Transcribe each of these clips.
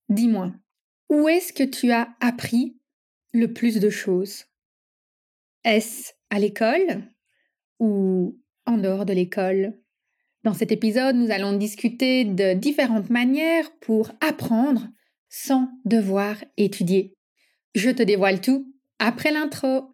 Dis-moi, où est-ce que tu as appris le plus de choses? Est-ce à l'école ou en dehors de l'école? Dans cet épisode, nous allons discuter de différentes manières pour apprendre sans devoir étudier. Je te dévoile tout après l'intro.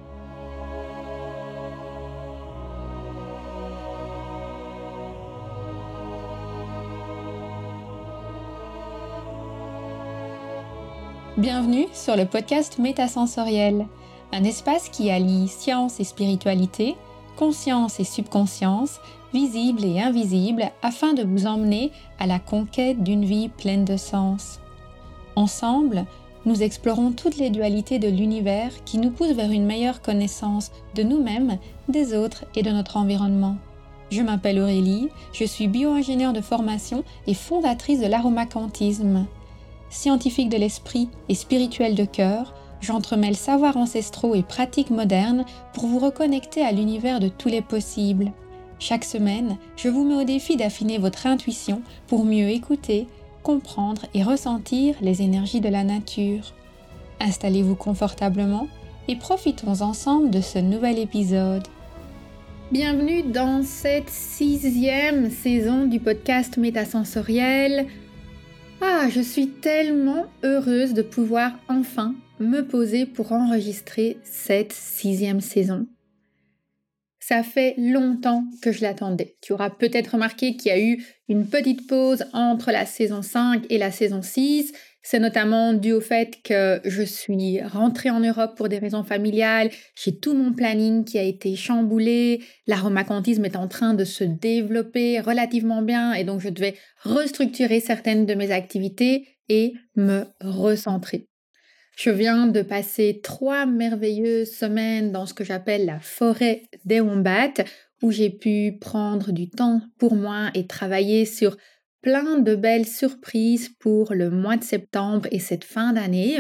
Bienvenue sur le podcast Métasensoriel, un espace qui allie science et spiritualité, conscience et subconscience, visible et invisible, afin de vous emmener à la conquête d'une vie pleine de sens. Ensemble, nous explorons toutes les dualités de l'univers qui nous poussent vers une meilleure connaissance de nous-mêmes, des autres et de notre environnement. Je m'appelle Aurélie, je suis bio-ingénieure de formation et fondatrice de l'aromacantisme. Scientifique de l'esprit et spirituel de cœur, j'entremêle savoirs ancestraux et pratiques modernes pour vous reconnecter à l'univers de tous les possibles. Chaque semaine, je vous mets au défi d'affiner votre intuition pour mieux écouter, comprendre et ressentir les énergies de la nature. Installez-vous confortablement et profitons ensemble de ce nouvel épisode. Bienvenue dans cette 6e saison du podcast Métasensoriel. Je suis tellement heureuse de pouvoir enfin me poser pour enregistrer cette 6e saison. Ça fait longtemps que je l'attendais. Tu auras peut-être remarqué qu'il y a eu une petite pause entre la saison 5 et la saison 6. C'est notamment dû au fait que je suis rentrée en Europe pour des raisons familiales. J'ai tout mon planning qui a été chamboulé. L'aromacantisme est en train de se développer relativement bien et donc je devais restructurer certaines de mes activités et me recentrer. Je viens de passer 3 merveilleuses semaines dans ce que j'appelle la forêt des Wombats, où j'ai pu prendre du temps pour moi et travailler sur plein de belles surprises pour le mois de septembre et cette fin d'année.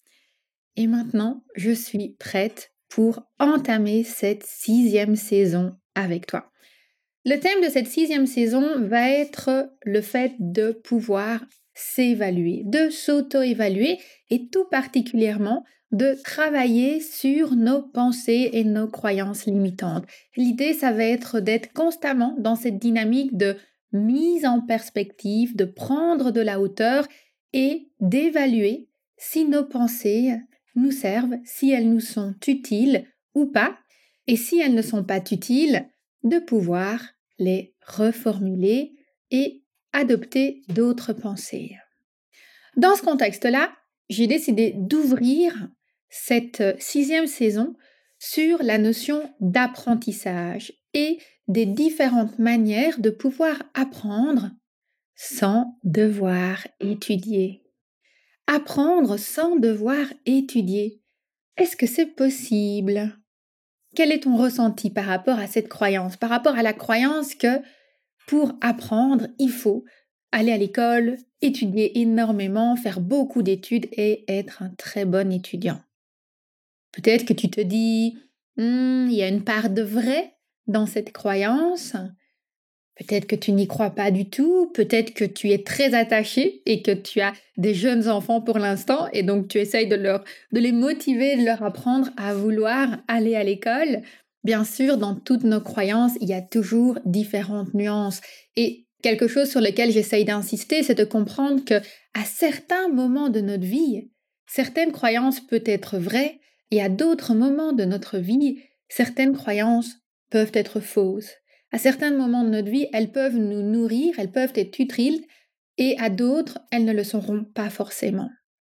Et maintenant, je suis prête pour entamer cette 6e saison avec toi. Le thème de cette 6e saison va être le fait de pouvoir s'évaluer, de s'auto-évaluer et tout particulièrement de travailler sur nos pensées et nos croyances limitantes. L'idée, ça va être d'être constamment dans cette dynamique de mise en perspective, de prendre de la hauteur et d'évaluer si nos pensées nous servent, si elles nous sont utiles ou pas. Et si elles ne sont pas utiles, de pouvoir les reformuler et adopter d'autres pensées. Dans ce contexte-là, j'ai décidé d'ouvrir cette 6e saison sur la notion d'apprentissage et des différentes manières de pouvoir apprendre sans devoir étudier. Apprendre sans devoir étudier. Est-ce que c'est possible ? Quel est ton ressenti par rapport à cette croyance, par rapport à la croyance que pour apprendre, il faut aller à l'école, étudier énormément, faire beaucoup d'études et être un très bon étudiant? Peut-être que tu te dis, il y a une part de vrai dans cette croyance. Peut-être que tu n'y crois pas du tout, peut-être que tu es très attaché et que tu as des jeunes enfants pour l'instant et donc tu essayes de les motiver, de leur apprendre à vouloir aller à l'école. Bien sûr, dans toutes nos croyances, il y a toujours différentes nuances et quelque chose sur lequel j'essaye d'insister, c'est de comprendre que à certains moments de notre vie, certaines croyances peuvent être vraies et à d'autres moments de notre vie, certaines croyances peuvent être fausses. À certains moments de notre vie, elles peuvent nous nourrir, elles peuvent être utiles, et à d'autres, elles ne le seront pas forcément.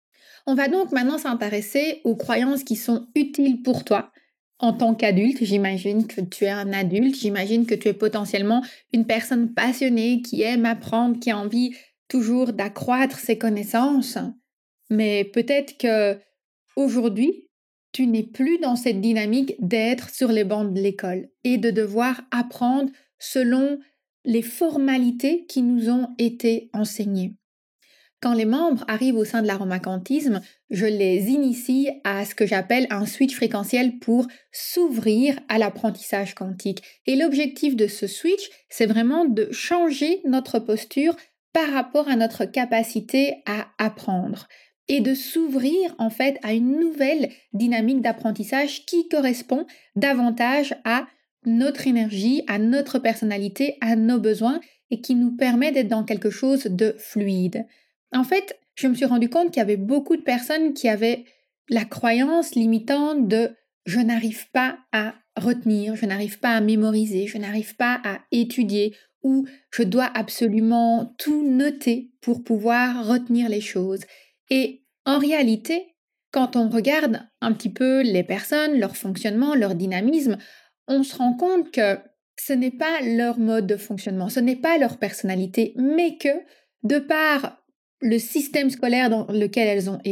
On va donc maintenant s'intéresser aux croyances qui sont utiles pour toi. En tant qu'adulte, j'imagine que tu es un adulte, j'imagine que tu es potentiellement une personne passionnée qui aime apprendre, qui a envie toujours d'accroître ses connaissances. Mais peut-être que aujourd'hui, tu n'es plus dans cette dynamique d'être sur les bancs de l'école et de devoir apprendre selon les formalités qui nous ont été enseignées. Quand les membres arrivent au sein de l'aromacantisme, je les initie à ce que j'appelle un switch fréquentiel pour s'ouvrir à l'apprentissage quantique. Et l'objectif de ce switch, c'est vraiment de changer notre posture par rapport à notre capacité à apprendre et de s'ouvrir en fait à une nouvelle dynamique d'apprentissage qui correspond davantage à notre énergie, à notre personnalité, à nos besoins et qui nous permet d'être dans quelque chose de fluide. En fait, je me suis rendu compte qu'il y avait beaucoup de personnes qui avaient la croyance limitante de je n'arrive pas à retenir, je n'arrive pas à mémoriser, je n'arrive pas à étudier ou je dois absolument tout noter pour pouvoir retenir les choses. Et en réalité, quand on regarde un petit peu les personnes, leur fonctionnement, leur dynamisme, on se rend compte que ce n'est pas leur mode de fonctionnement, ce n'est pas leur personnalité, mais que de par le système scolaire dans lequel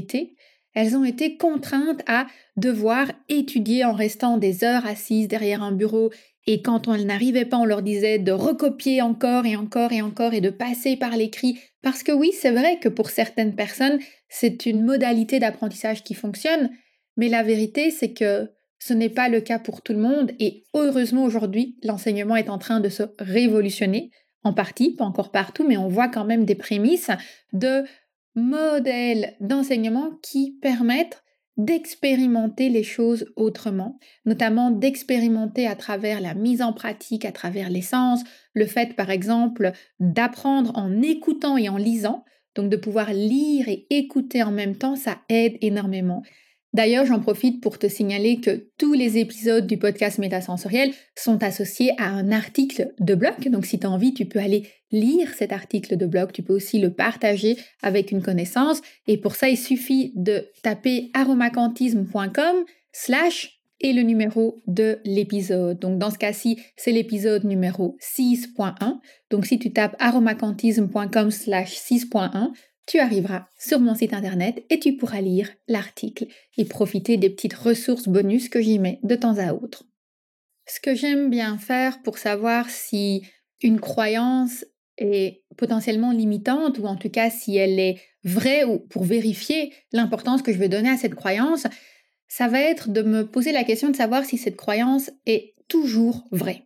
elles ont été contraintes à devoir étudier en restant des heures assises derrière un bureau. Et quand on n'arrivait pas, on leur disait de recopier encore et encore et encore et de passer par l'écrit. Parce que oui, c'est vrai que pour certaines personnes, c'est une modalité d'apprentissage qui fonctionne, mais la vérité, c'est que ce n'est pas le cas pour tout le monde et heureusement aujourd'hui, l'enseignement est en train de se révolutionner, en partie, pas encore partout, mais on voit quand même des prémices de modèles d'enseignement qui permettent d'expérimenter les choses autrement, notamment d'expérimenter à travers la mise en pratique, à travers les sens, le fait par exemple d'apprendre en écoutant et en lisant, donc de pouvoir lire et écouter en même temps, ça aide énormément. D'ailleurs, j'en profite pour te signaler que tous les épisodes du podcast Métasensoriel sont associés à un article de blog. Donc, si tu as envie, tu peux aller lire cet article de blog. Tu peux aussi le partager avec une connaissance. Et pour ça, il suffit de taper aromacantisme.com/ et le numéro de l'épisode. Donc, dans ce cas-ci, c'est l'épisode numéro 6.1. Donc, si tu tapes aromacantisme.com/ 6.1, tu arriveras sur mon site internet et tu pourras lire l'article et profiter des petites ressources bonus que j'y mets de temps à autre. Ce que j'aime bien faire pour savoir si une croyance est potentiellement limitante ou en tout cas si elle est vraie ou pour vérifier l'importance que je vais donner à cette croyance, ça va être de me poser la question de savoir si cette croyance est toujours vraie.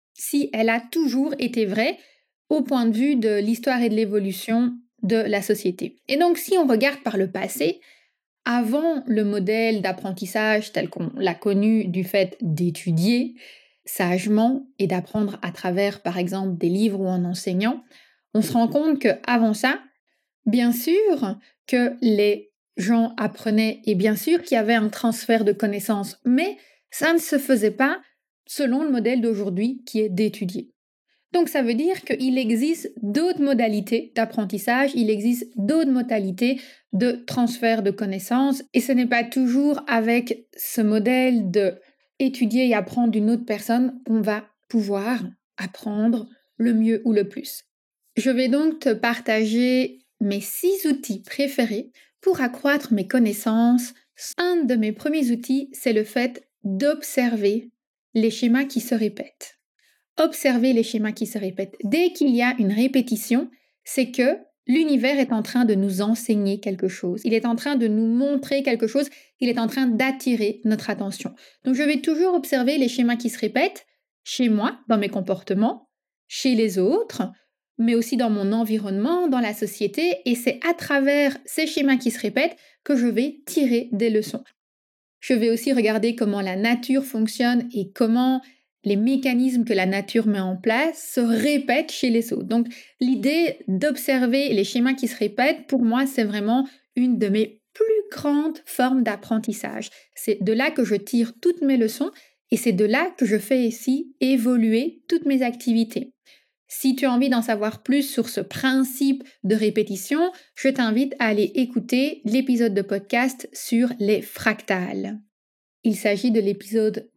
Si elle a toujours été vraie au point de vue de l'histoire et de l'évolution de la société. Et donc, si on regarde par le passé, avant le modèle d'apprentissage tel qu'on l'a connu du fait d'étudier sagement et d'apprendre à travers, par exemple, des livres ou en enseignant, on se rend compte qu'avant ça, bien sûr que les gens apprenaient et bien sûr qu'il y avait un transfert de connaissances, mais ça ne se faisait pas selon le modèle d'aujourd'hui qui est d'étudier. Donc ça veut dire qu'il existe d'autres modalités d'apprentissage, il existe d'autres modalités de transfert de connaissances et ce n'est pas toujours avec ce modèle de étudier et apprendre d'une autre personne qu'on va pouvoir apprendre le mieux ou le plus. Je vais donc te partager mes 6 outils préférés pour accroître mes connaissances. Un de mes premiers outils, c'est le fait d'observer les schémas qui se répètent. Observer les schémas qui se répètent. Dès qu'il y a une répétition, c'est que l'univers est en train de nous enseigner quelque chose. Il est en train de nous montrer quelque chose. Il est en train d'attirer notre attention. Donc, je vais toujours observer les schémas qui se répètent chez moi, dans mes comportements, chez les autres, mais aussi dans mon environnement, dans la société. Et c'est à travers ces schémas qui se répètent que je vais tirer des leçons. Je vais aussi regarder comment la nature fonctionne et comment les mécanismes que la nature met en place se répètent chez les autres. Donc, l'idée d'observer les schémas qui se répètent, pour moi, c'est vraiment une de mes plus grandes formes d'apprentissage. C'est de là que je tire toutes mes leçons et c'est de là que je fais ici évoluer toutes mes activités. Si tu as envie d'en savoir plus sur ce principe de répétition, je t'invite à aller écouter l'épisode de podcast sur les fractales. Il s'agit de l'épisode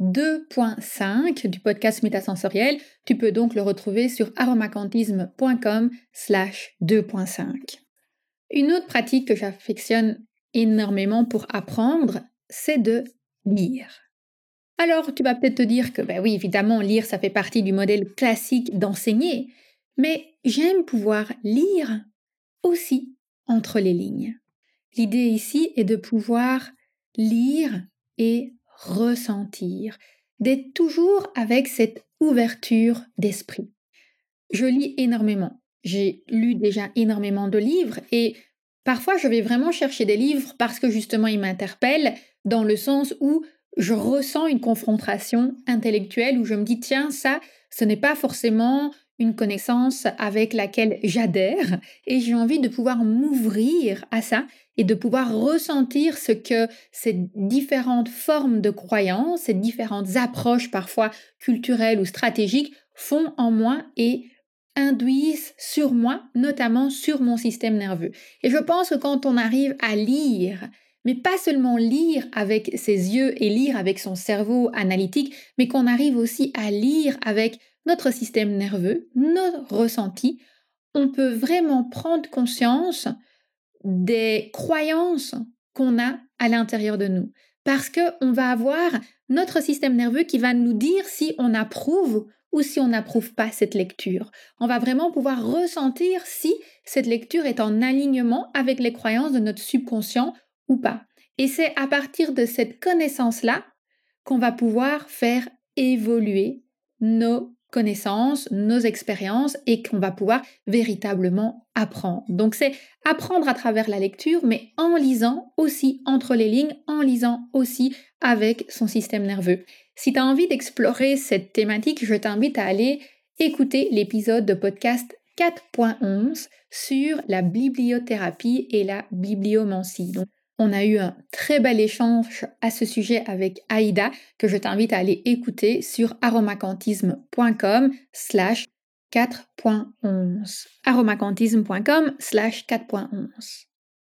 2.5 du podcast Métasensoriel. Tu peux donc le retrouver sur aromacantisme.com/ 2.5. Une autre pratique que j'affectionne énormément pour apprendre, c'est de lire. Alors, tu vas peut-être te dire que, oui, évidemment, lire, ça fait partie du modèle classique d'enseigner, mais j'aime pouvoir lire aussi entre les lignes. L'idée ici est de pouvoir lire et ressentir, d'être toujours avec cette ouverture d'esprit. Je lis énormément. j'ai lu déjà énormément de livres et parfois je vais vraiment chercher des livres parce que justement ils m'interpellent dans le sens où je ressens une confrontation intellectuelle où je me dis tiens ça ce n'est pas forcément une connaissance avec laquelle j'adhère et j'ai envie de pouvoir m'ouvrir à ça et de pouvoir ressentir ce que ces différentes formes de croyances, ces différentes approches parfois culturelles ou stratégiques font en moi et induisent sur moi, notamment sur mon système nerveux. Et je pense que quand on arrive à lire, mais pas seulement lire avec ses yeux et lire avec son cerveau analytique, mais qu'on arrive aussi à lire avec notre système nerveux, nos ressentis, on peut vraiment prendre conscience des croyances qu'on a à l'intérieur de nous. Parce qu'on va avoir notre système nerveux qui va nous dire si on approuve ou si on n'approuve pas cette lecture. On va vraiment pouvoir ressentir si cette lecture est en alignement avec les croyances de notre subconscient ou pas. Et c'est à partir de cette connaissance-là qu'on va pouvoir faire évoluer nos connaissances, nos expériences et qu'on va pouvoir véritablement apprendre. Donc c'est apprendre à travers la lecture, mais en lisant aussi entre les lignes, en lisant aussi avec son système nerveux. Si tu as envie d'explorer cette thématique, je t'invite à aller écouter l'épisode de podcast 4.11 sur la bibliothérapie et la bibliomancie. Donc, on a eu un très bel échange à ce sujet avec Aïda que je t'invite à aller écouter sur aromacantisme.com/4.11. aromacantisme.com/4.11.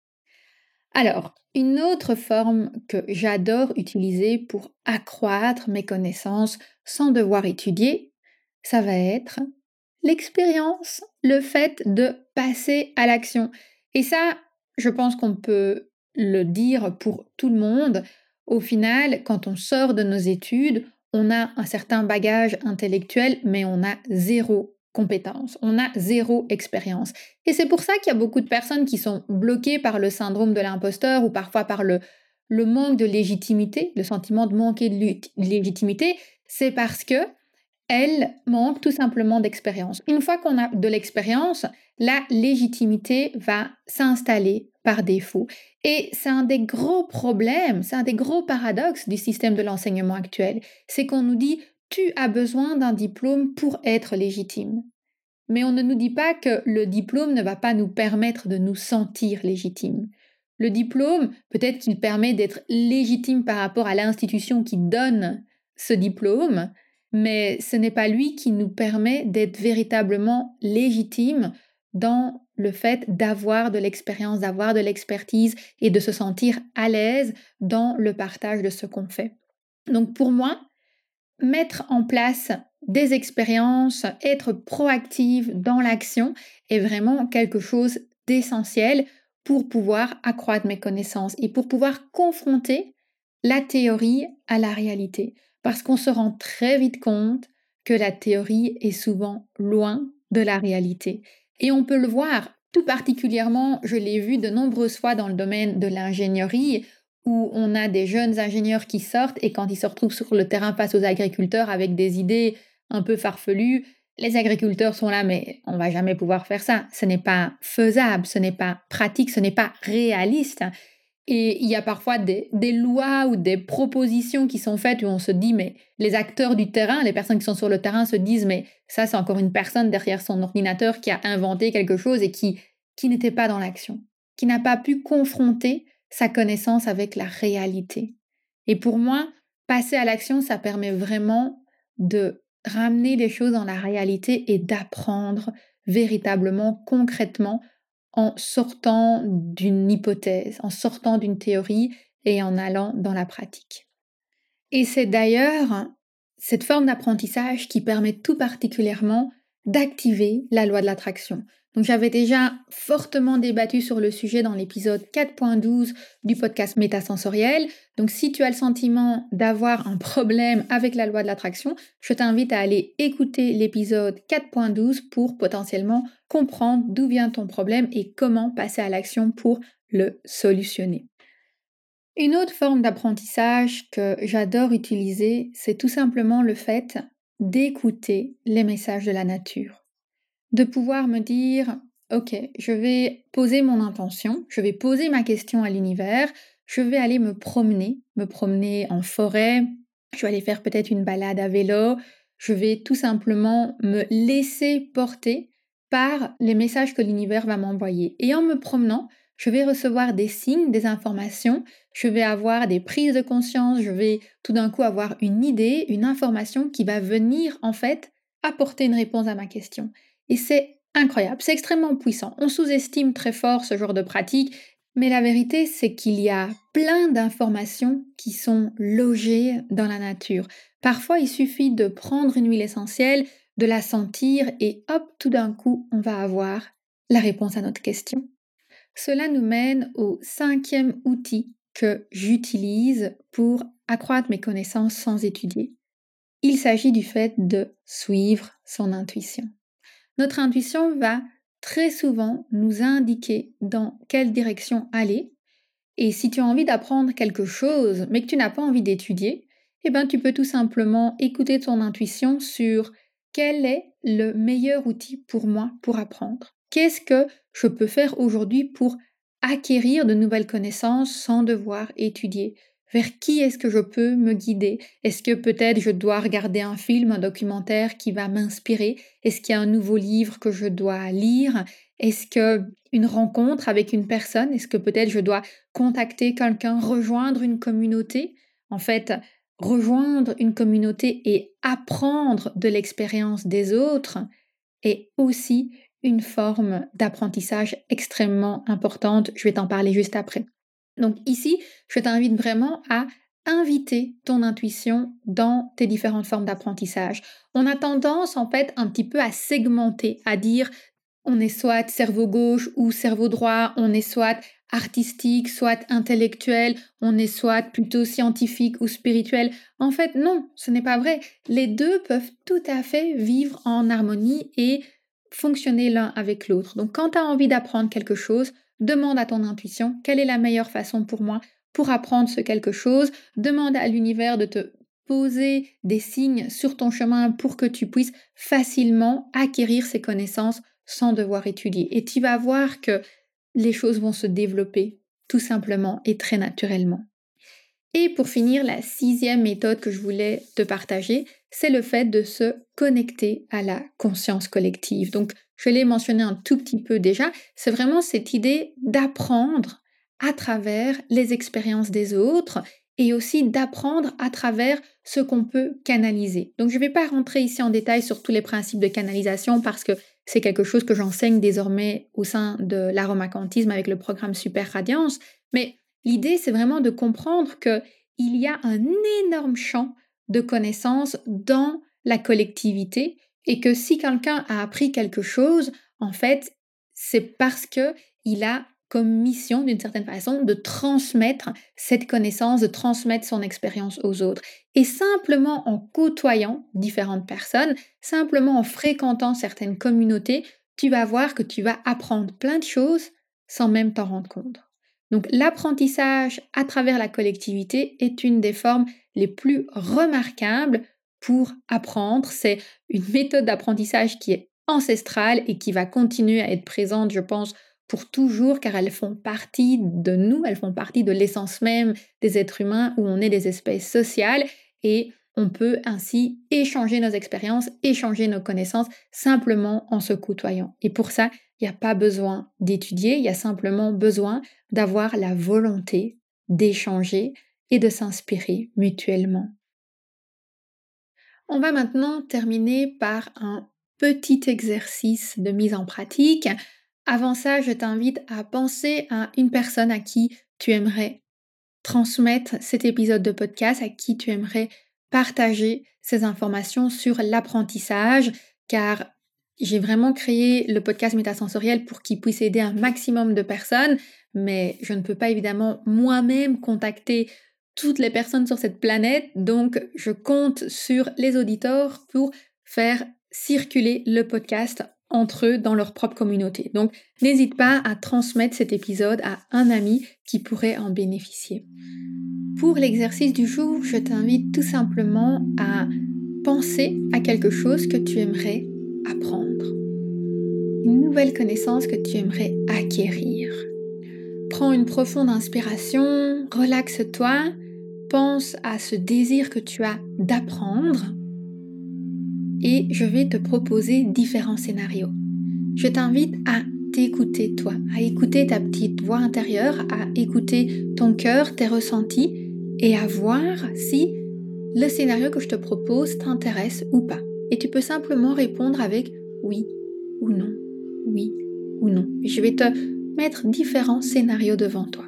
Alors, une autre forme que j'adore utiliser pour accroître mes connaissances sans devoir étudier, ça va être l'expérience, le fait de passer à l'action. Et ça, je pense qu'on peut le dire pour tout le monde. Au final, quand on sort de nos études, on a un certain bagage intellectuel, mais on a zéro compétence, on a zéro expérience. Et c'est pour ça qu'il y a beaucoup de personnes qui sont bloquées par le syndrome de l'imposteur ou parfois par le manque de légitimité, le sentiment de manquer de légitimité. C'est parce que elles manquent tout simplement d'expérience. Une fois qu'on a de l'expérience, la légitimité va s'installer par défaut. Et c'est un des gros problèmes, c'est un des gros paradoxes du système de l'enseignement actuel. C'est qu'on nous dit tu as besoin d'un diplôme pour être légitime. Mais on ne nous dit pas que le diplôme ne va pas nous permettre de nous sentir légitimes. Le diplôme, peut-être qu'il permet d'être légitime par rapport à l'institution qui donne ce diplôme, mais ce n'est pas lui qui nous permet d'être véritablement légitime dans le fait d'avoir de l'expérience, d'avoir de l'expertise et de se sentir à l'aise dans le partage de ce qu'on fait. Donc pour moi, mettre en place des expériences, être proactive dans l'action est vraiment quelque chose d'essentiel pour pouvoir accroître mes connaissances et pour pouvoir confronter la théorie à la réalité. Parce qu'on se rend très vite compte que la théorie est souvent loin de la réalité. Et on peut le voir, tout particulièrement, je l'ai vu de nombreuses fois dans le domaine de l'ingénierie, où on a des jeunes ingénieurs qui sortent et quand ils se retrouvent sur le terrain face aux agriculteurs avec des idées un peu farfelues, les agriculteurs sont là, mais on va jamais pouvoir faire ça. Ce n'est pas faisable, ce n'est pas pratique, ce n'est pas réaliste. Et il y a parfois des lois ou des propositions qui sont faites où on se dit, mais les acteurs du terrain, les personnes qui sont sur le terrain se disent, mais ça c'est encore une personne derrière son ordinateur qui a inventé quelque chose et qui n'était pas dans l'action, qui n'a pas pu confronter sa connaissance avec la réalité. Et pour moi, passer à l'action, ça permet vraiment de ramener les choses dans la réalité et d'apprendre véritablement, concrètement, en sortant d'une hypothèse, en sortant d'une théorie et en allant dans la pratique. Et c'est d'ailleurs cette forme d'apprentissage qui permet tout particulièrement d'activer la loi de l'attraction. Donc j'avais déjà fortement débattu sur le sujet dans l'épisode 4.12 du podcast Métasensoriel. Donc si tu as le sentiment d'avoir un problème avec la loi de l'attraction, je t'invite à aller écouter l'épisode 4.12 pour potentiellement comprendre d'où vient ton problème et comment passer à l'action pour le solutionner. Une autre forme d'apprentissage que j'adore utiliser, c'est tout simplement le fait d'écouter les messages de la nature. de pouvoir me dire, ok, je vais poser mon intention, je vais poser ma question à l'univers, je vais aller me promener en forêt, je vais aller faire peut-être une balade à vélo, je vais tout simplement me laisser porter par les messages que l'univers va m'envoyer. Et en me promenant, je vais recevoir des signes, des informations, je vais avoir des prises de conscience, je vais tout d'un coup avoir une idée, une information qui va venir en fait apporter une réponse à ma question. Et c'est incroyable, c'est extrêmement puissant. On sous-estime très fort ce genre de pratique, mais la vérité c'est qu'il y a plein d'informations qui sont logées dans la nature. Parfois il suffit de prendre une huile essentielle, de la sentir et hop, tout d'un coup on va avoir la réponse à notre question. Cela nous mène au 5e outil que j'utilise pour accroître mes connaissances sans étudier. Il s'agit du fait de suivre son intuition. Notre intuition va très souvent nous indiquer dans quelle direction aller. Et si tu as envie d'apprendre quelque chose, mais que tu n'as pas envie d'étudier, eh ben, tu peux tout simplement écouter ton intuition sur quel est le meilleur outil pour moi pour apprendre. Qu'est-ce que je peux faire aujourd'hui pour acquérir de nouvelles connaissances sans devoir étudier? Vers qui est-ce que je peux me guider? Est-ce que peut-être je dois regarder un film, un documentaire qui va m'inspirer? Est-ce qu'il y a un nouveau livre que je dois lire? Est-ce que une rencontre avec une personne? Est-ce que peut-être je dois contacter quelqu'un, rejoindre une communauté? En fait, rejoindre une communauté et apprendre de l'expérience des autres est aussi une forme d'apprentissage extrêmement importante. Je vais t'en parler juste après. Donc ici, je t'invite vraiment à inviter ton intuition dans tes différentes formes d'apprentissage. On a tendance en fait un petit peu à segmenter, à dire on est soit cerveau gauche ou cerveau droit, on est soit artistique, soit intellectuel, on est soit plutôt scientifique ou spirituel. En fait, non, ce n'est pas vrai. Les deux peuvent tout à fait vivre en harmonie et fonctionner l'un avec l'autre. Donc quand tu as envie d'apprendre quelque chose, demande à ton intuition quelle est la meilleure façon pour moi pour apprendre ce quelque chose. Demande à l'univers de te poser des signes sur ton chemin pour que tu puisses facilement acquérir ces connaissances sans devoir étudier. Et tu vas voir que les choses vont se développer tout simplement et très naturellement. Et pour finir, la 6e méthode que je voulais te partager, c'est le fait de se connecter à la conscience collective. Donc, je l'ai mentionné un tout petit peu déjà, c'est vraiment cette idée d'apprendre à travers les expériences des autres et aussi d'apprendre à travers ce qu'on peut canaliser. Donc, je ne vais pas rentrer ici en détail sur tous les principes de canalisation parce que c'est quelque chose que j'enseigne désormais au sein de l'aromacantisme avec le programme Super Radiance, mais l'idée, c'est vraiment de comprendre qu'il y a un énorme champ de connaissances dans la collectivité et que si quelqu'un a appris quelque chose, en fait, c'est parce qu'il a comme mission, d'une certaine façon, de transmettre cette connaissance, de transmettre son expérience aux autres. Et simplement en côtoyant différentes personnes, simplement en fréquentant certaines communautés, tu vas voir que tu vas apprendre plein de choses sans même t'en rendre compte. Donc l'apprentissage à travers la collectivité est une des formes les plus remarquables pour apprendre. C'est une méthode d'apprentissage qui est ancestrale et qui va continuer à être présente, je pense, pour toujours, car elles font partie de nous, elles font partie de l'essence même des êtres humains où on est des espèces sociales et on peut ainsi échanger nos expériences, échanger nos connaissances simplement en se côtoyant. Et pour ça, il n'y a pas besoin d'étudier, il y a simplement besoin d'avoir la volonté d'échanger et de s'inspirer mutuellement. On va maintenant terminer par un petit exercice de mise en pratique. Avant ça, je t'invite à penser à une personne à qui tu aimerais transmettre cet épisode de podcast, à qui tu aimerais partager ces informations sur l'apprentissage, car j'ai vraiment créé le podcast Métasensoriel pour qu'il puisse aider un maximum de personnes, mais je ne peux pas évidemment moi-même contacter toutes les personnes sur cette planète, donc je compte sur les auditeurs pour faire circuler le podcast entre eux dans leur propre communauté. Donc n'hésite pas à transmettre cet épisode à un ami qui pourrait en bénéficier. Pour l'exercice du jour, je t'invite tout simplement à penser à quelque chose que tu aimerais apprendre. une nouvelle connaissance que tu aimerais acquérir. Prends une profonde inspiration, relaxe-toi, pense à ce désir que tu as d'apprendre et je vais te proposer différents scénarios. Je t'invite à t'écouter toi, à écouter ta petite voix intérieure, à écouter ton cœur, tes ressentis et à voir si le scénario que je te propose t'intéresse ou pas. Et tu peux simplement répondre avec oui ou non, oui ou non. Je vais te mettre différents scénarios devant toi.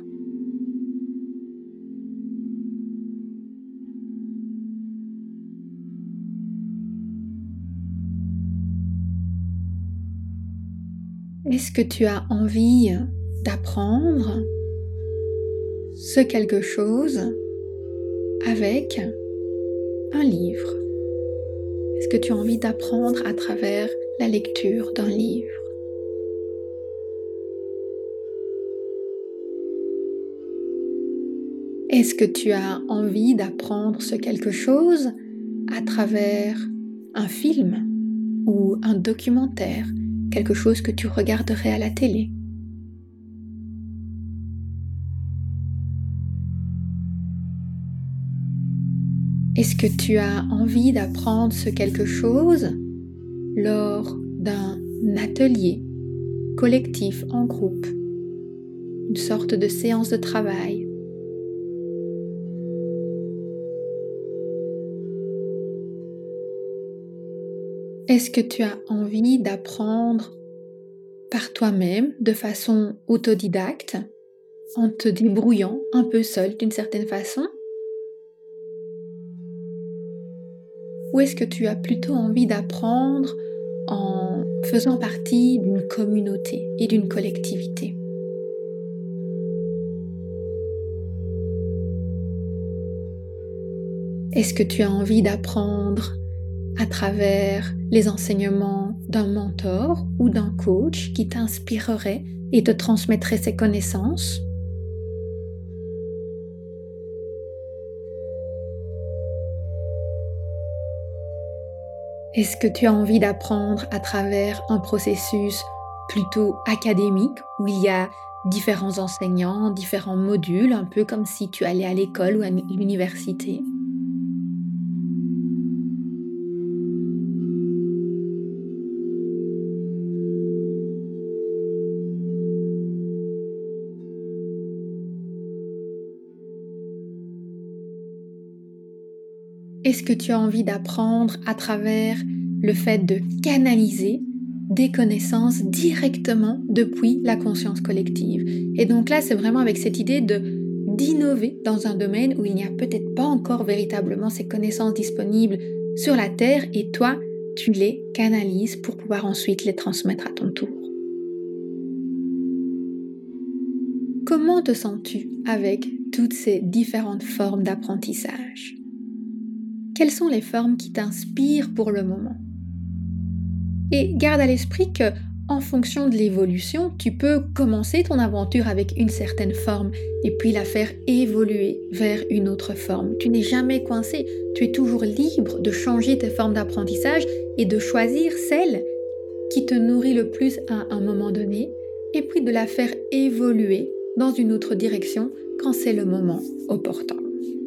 Est-ce que tu as envie d'apprendre ce quelque chose avec un livre? Est-ce que tu as envie d'apprendre à travers la lecture d'un livre? Est-ce que tu as envie d'apprendre ce quelque chose à travers un film ou un documentaire, quelque chose que tu regarderais à la télé? Est-ce que tu as envie d'apprendre ce quelque chose lors d'un atelier collectif en groupe, une sorte de séance de travail? Est-ce que tu as envie d'apprendre par toi-même, de façon autodidacte, en te débrouillant un peu seul d'une certaine façon? Ou est-ce que tu as plutôt envie d'apprendre en faisant partie d'une communauté et d'une collectivité? Est-ce que tu as envie d'apprendre à travers les enseignements d'un mentor ou d'un coach qui t'inspirerait et te transmettrait ses connaissances? Est-ce que tu as envie d'apprendre à travers un processus plutôt académique où il y a différents enseignants, différents modules, un peu comme si tu allais à l'école ou à l'université? Est-ce que tu as envie d'apprendre à travers le fait de canaliser des connaissances directement depuis la conscience collective? Et donc là, c'est vraiment avec cette idée d'innover dans un domaine où il n'y a peut-être pas encore véritablement ces connaissances disponibles sur la Terre et toi, tu les canalises pour pouvoir ensuite les transmettre à ton tour. Comment te sens-tu avec toutes ces différentes formes d'apprentissage? Quelles sont les formes qui t'inspirent pour le moment? Et garde à l'esprit que, en fonction de l'évolution, tu peux commencer ton aventure avec une certaine forme et puis la faire évoluer vers une autre forme. Tu n'es jamais coincé, tu es toujours libre de changer tes formes d'apprentissage et de choisir celle qui te nourrit le plus à un moment donné et puis de la faire évoluer dans une autre direction quand c'est le moment opportun.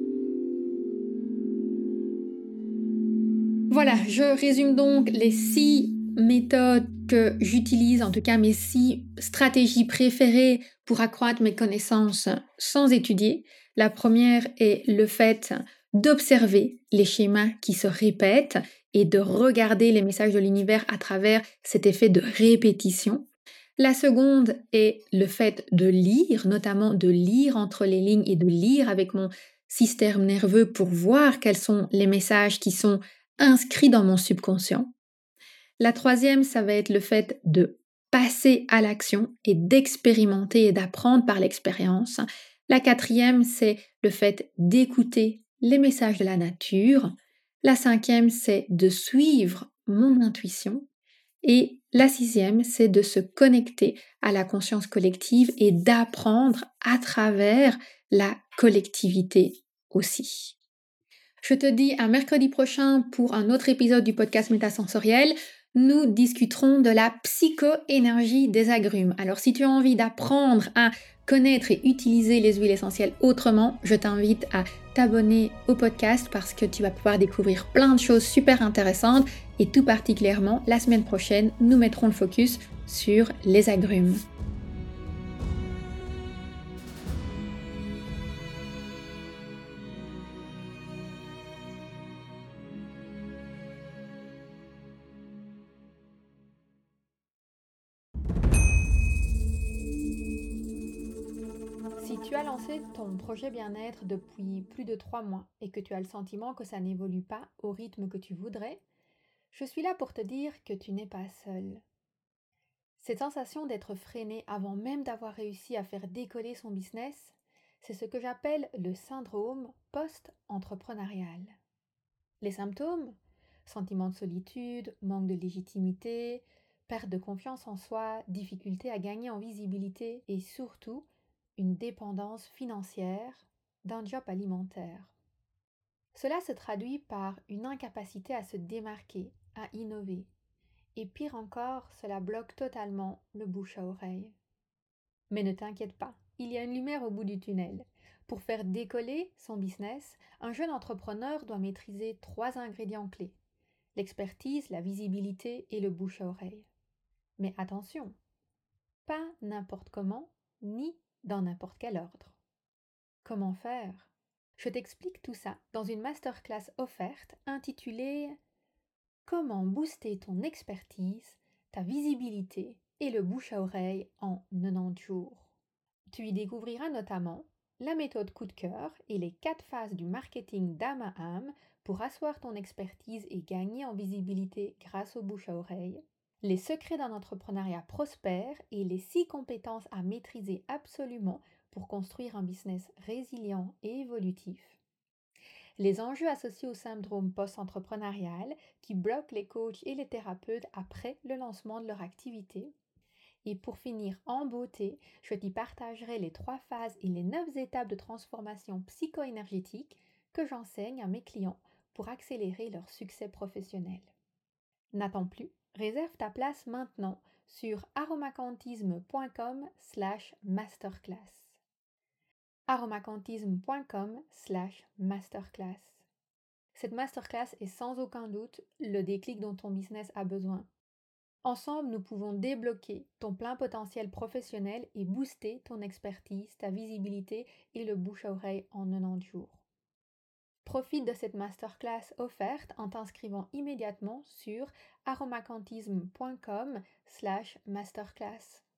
Voilà, je résume donc les 6 méthodes que j'utilise, en tout cas mes 6 stratégies préférées pour accroître mes connaissances sans étudier. La première est le fait d'observer les schémas qui se répètent et de regarder les messages de l'univers à travers cet effet de répétition. La seconde est le fait de lire, notamment de lire entre les lignes et de lire avec mon système nerveux pour voir quels sont les messages qui sont inscrits dans mon subconscient. La troisième, ça va être le fait de passer à l'action et d'expérimenter et d'apprendre par l'expérience. La quatrième, c'est le fait d'écouter les messages de la nature. La cinquième, c'est de suivre mon intuition. Et la sixième, c'est de se connecter à la conscience collective et d'apprendre à travers la collectivité aussi. Je te dis à mercredi prochain pour un autre épisode du podcast Métasensoriel. nous discuterons de la psycho-énergie des agrumes. Alors si tu as envie d'apprendre à connaître et utiliser les huiles essentielles autrement, je t'invite à t'abonner au podcast parce que tu vas pouvoir découvrir plein de choses super intéressantes et tout particulièrement la semaine prochaine, nous mettrons le focus sur les agrumes. Si tu as lancé ton projet bien-être depuis plus de 3 mois et que tu as le sentiment que ça n'évolue pas au rythme que tu voudrais, je suis là pour te dire que tu n'es pas seul. Cette sensation d'être freiné avant même d'avoir réussi à faire décoller son business, c'est ce que j'appelle le syndrome post-entrepreneurial. Les symptômes, sentiment de solitude, manque de légitimité, perte de confiance en soi, difficulté à gagner en visibilité et surtout une dépendance financière d'un job alimentaire. Cela se traduit par une incapacité à se démarquer, à innover. Et pire encore, cela bloque totalement le bouche à oreille. Mais ne t'inquiète pas, il y a une lumière au bout du tunnel. Pour faire décoller son business, un jeune entrepreneur doit maîtriser 3 ingrédients clés: l'expertise, la visibilité et le bouche à oreille. Mais attention, pas n'importe comment, ni dans n'importe quel ordre. Comment faire? Je t'explique tout ça dans une masterclass offerte intitulée Comment booster ton expertise, ta visibilité et le bouche à oreille en 90 jours. Tu y découvriras notamment la méthode coup de cœur et les 4 phases du marketing d'âme à âme pour asseoir ton expertise et gagner en visibilité grâce au bouche à oreille, les secrets d'un entrepreneuriat prospère et les 6 compétences à maîtriser absolument pour construire un business résilient et évolutif, les enjeux associés au syndrome post-entrepreneurial qui bloquent les coachs et les thérapeutes après le lancement de leur activité. Et pour finir en beauté, je t'y partagerai les 3 phases et les 9 étapes de transformation psycho-énergétique que j'enseigne à mes clients pour accélérer leur succès professionnel. N'attends plus, réserve ta place maintenant sur aromacantisme.com/masterclass. aromacantisme.com/masterclass. Cette masterclass est sans aucun doute le déclic dont ton business a besoin. Ensemble, nous pouvons débloquer ton plein potentiel professionnel et booster ton expertise, ta visibilité et le bouche à oreille en 90 jours. Profite de cette masterclass offerte en t'inscrivant immédiatement sur aromacantisme.com/masterclass.